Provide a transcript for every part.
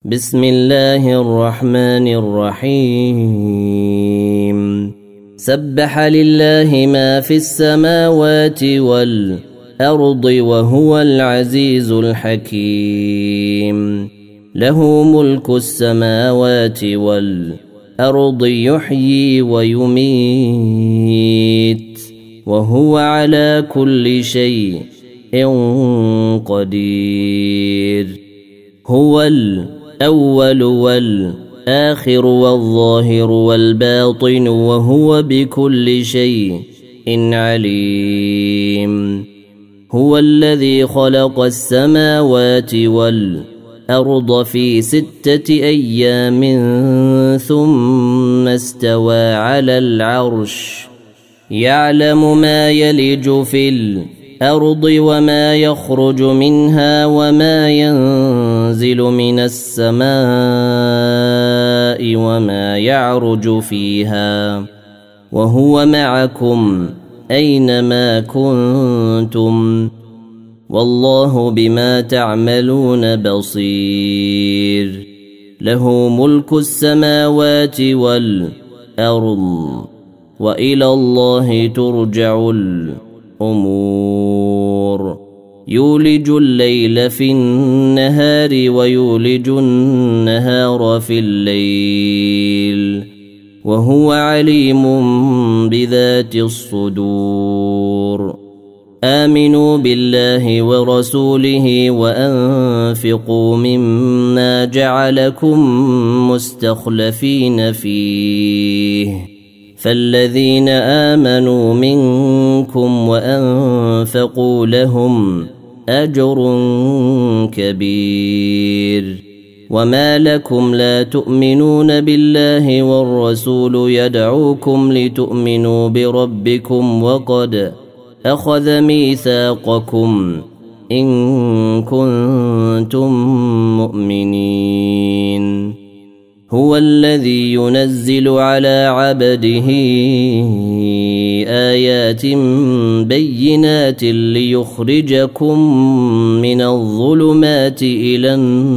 بسم الله الرحمن الرحيم سبح لله ما في السماوات والأرض وهو العزيز الحكيم له ملك السماوات والأرض يحيي ويميت وهو على كل شيء قدير هو الأول والآخر والظاهر والباطن وهو بكل شيء عليم هو الذي خلق السماوات والأرض في 6 أيام ثم استوى على العرش يعلم ما يلج في الأرض وما يخرج منها وما ينزل من السماء وما يعرج فيها وهو معكم أينما كنتم والله بما تعملون بصير له ملك السماوات والأرض وإلى الله ترجع الأمور يولج الليل في النهار ويولج النهار في الليل وهو عليم بذات الصدور آمنوا بالله ورسوله وأنفقوا مما جعلكم مستخلفين فيه فالذين آمنوا منكم وأنفقوا لهم أجر كبير وما لكم لا تؤمنون بالله والرسول يدعوكم لتؤمنوا بربكم وقد أخذ ميثاقكم إن كنتم مؤمنين هو الذي ينزل على عبده آيات بينات ليخرجكم من الظلمات إلى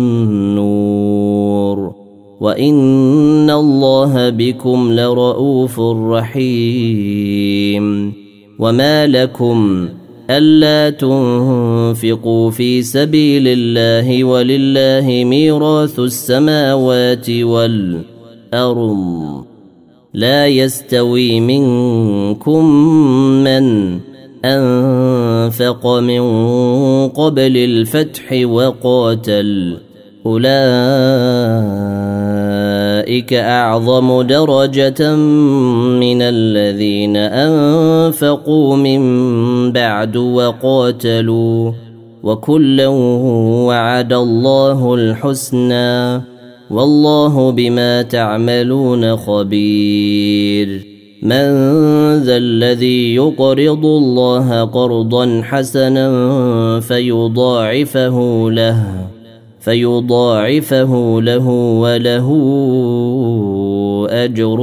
النور وإن الله بكم لرؤوف رحيم وما لكم ألا تنفقوا في سبيل الله ولله ميراث السماوات والأرض لا يستوي منكم من أنفق من قبل الفتح وقاتل أولئك أعظم درجة من الذين أنفقوا من بعد وقاتلوا وكلا وعد الله الحسنى والله بما تعملون خبير من ذا الذي يقرض الله قرضا حسنا فيضاعفه له وله أجر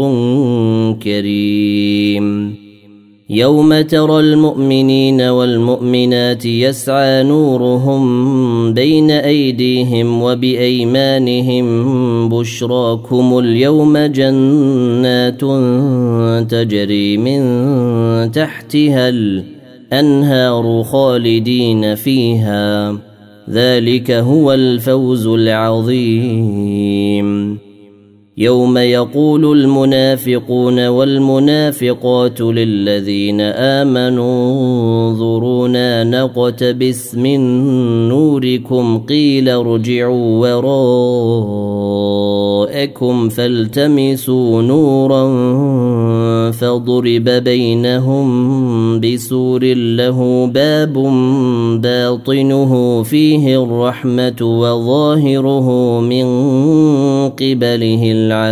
كريم يوم ترى المؤمنين والمؤمنات يسعى نورهم بين أيديهم وبأيمانهم بشراكم اليوم جنات تجري من تحتها الأنهار خالدين فيها ذلك هو الفوز العظيم يوم يقول المنافقون والمنافقات للذين آمنوا انظرونا نقتبس من نوركم قيل ارجعوا وراءكم فالتمسوا نورا فضرب بينهم بسور له باب باطنه فيه الرحمة وظاهره من قبله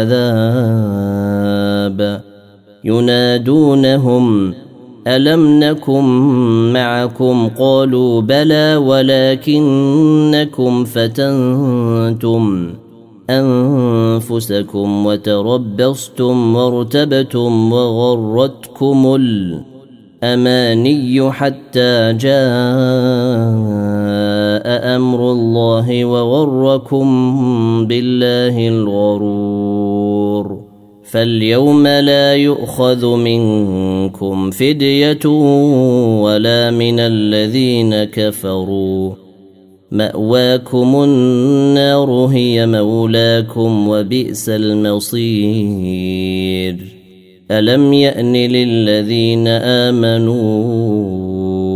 العذاب ينادونهم ألم نكن معكم قالوا بلى ولكنكم فتنتم أنفسكم وتربصتم وارتبتم وغرتكم الأماني حتى جاء أمر الله وغركم بالله الغرور فاليوم لا يؤخذ منكم فدية ولا من الذين كفروا مأواكم النار هي مولاكم وبئس المصير ألم يأن للذين آمنوا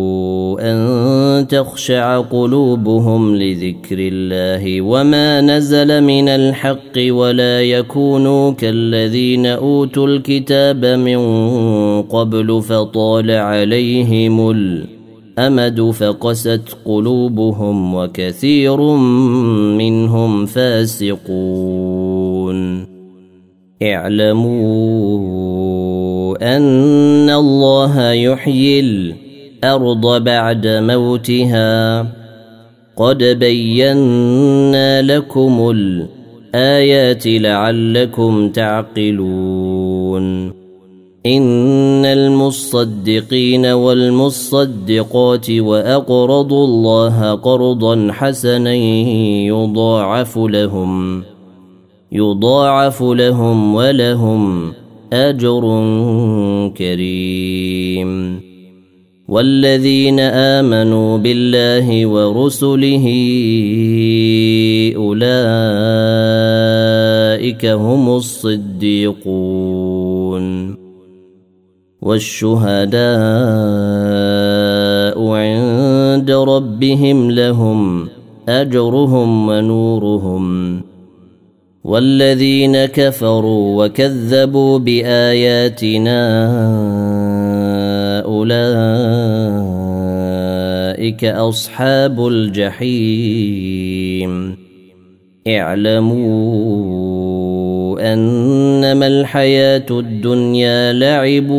أن تخشع قلوبهم لذكر الله وما نزل من الحق ولا يكونوا كالذين أوتوا الكتاب من قبل فطال عليهم الأمد فقست قلوبهم وكثير منهم فاسقون اعلموا أن الله يحيي الأرض بعد موتها قد بينا لكم الآيات لعلكم تعقلون إن المصدقين والمصدقات وأقرضوا الله قرضا حسنا يضاعف لهم ولهم أجر كريم والذين آمنوا بالله ورسله أولئك هم الصديقون والشهداء عند ربهم لهم أجرهم ونورهم والذين كفروا وكذبوا بآياتنا أولئك أصحاب الجحيم اعلموا أنما الحياة الدنيا لعب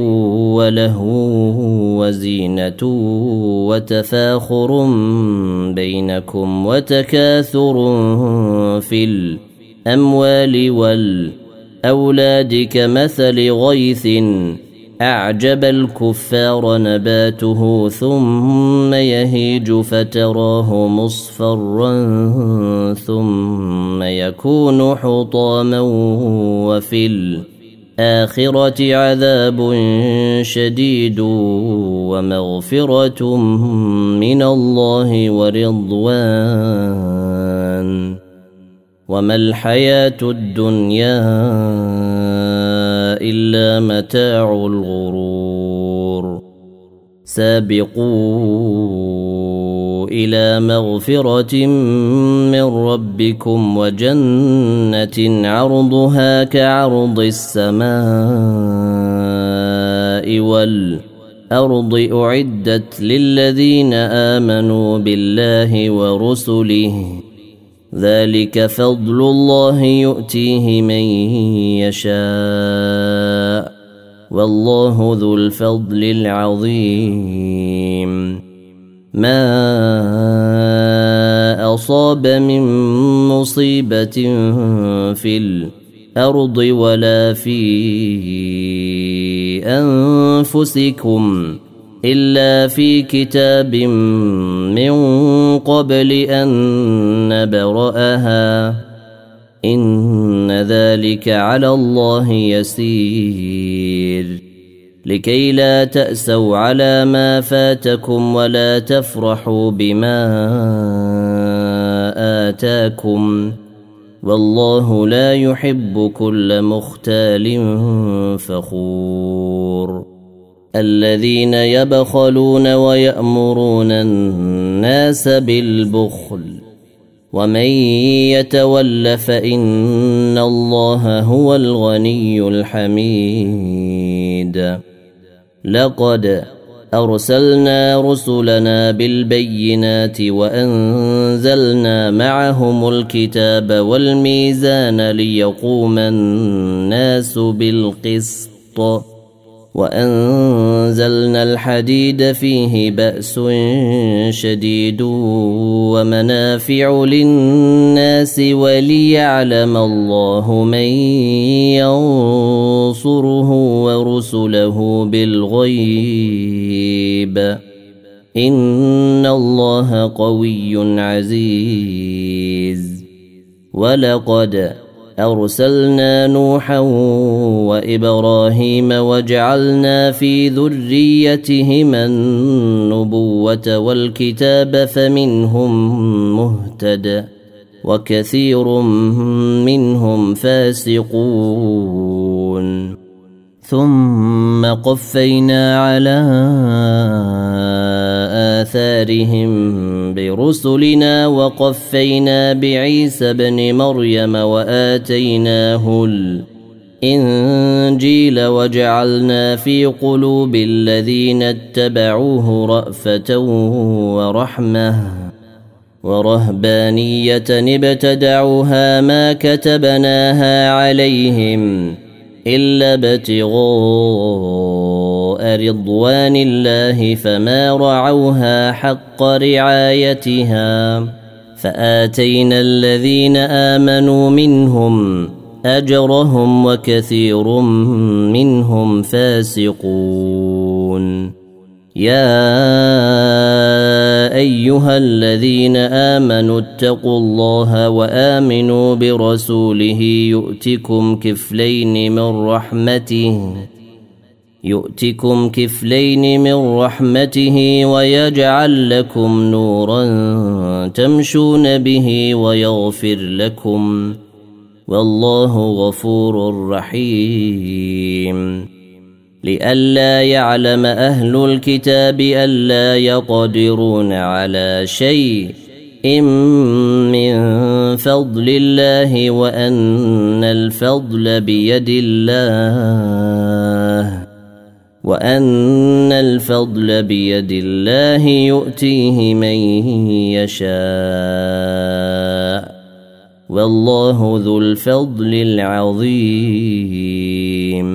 ولهو وزينة وتفاخر بينكم وتكاثر في الأموال والأولاد كمثل غيث أعجب الكفار نباته ثم يهيج فتراه مصفرا ثم يكون حطاما وفي الآخرة عذاب شديد ومغفرة من الله ورضوان وما الحياة الدنيا إلا متاع الغرور سابقوا إلى مغفرة من ربكم وجنة عرضها كعرض السماء والأرض أعدت للذين آمنوا بالله ورسله ذلك فضل الله يؤتيه من يشاء والله ذو الفضل العظيم ما أصاب من مصيبة في الأرض ولا في أنفسكم إلا في كتاب من قبل أن نبرأها إن ذلك على الله يسير لكي لا تأسوا على ما فاتكم ولا تفرحوا بما آتاكم والله لا يحب كل مختال فخور الذين يبخلون ويأمرون الناس بالبخل ومن يتول فإن الله هو الغني الحميد لقد أرسلنا رسلنا بالبينات وأنزلنا معهم الكتاب والميزان ليقوم الناس بالقسط وأنزلنا الحديد فيه بأس شديد ومنافع للناس وليعلم الله من ينصره ورسله بالغيب إن الله قوي عزيز. ولقد أرسلنا نوحا وإبراهيم وجعلنا في ذريتهما النبوة والكتاب فمنهم مهتد وكثير منهم فاسقون. ثم قفينا على آثارهم برسلنا وقفينا بعيسى ابن مريم وآتيناه الإنجيل وجعلنا في قلوب الذين اتبعوه رأفة ورحمة ورهبانية ابتدعوها ما كتبناها عليهم إلا ابتغاء رضوان الله فما رعوها حق رعايتها فآتينا الذين آمنوا منهم أجرهم وكثير منهم فاسقون. يا أيها الذين آمنوا اتقوا الله وآمنوا برسوله يؤتكم كفلين من رحمته ويجعل لكم نورا تمشون به ويغفر لكم والله غفور رحيم. لئلا يعلم أهل الكتاب ألا يقدرون على شيء من فضل الله وأن الفضل بيد الله يؤتيه من يشاء والله ذو الفضل العظيم.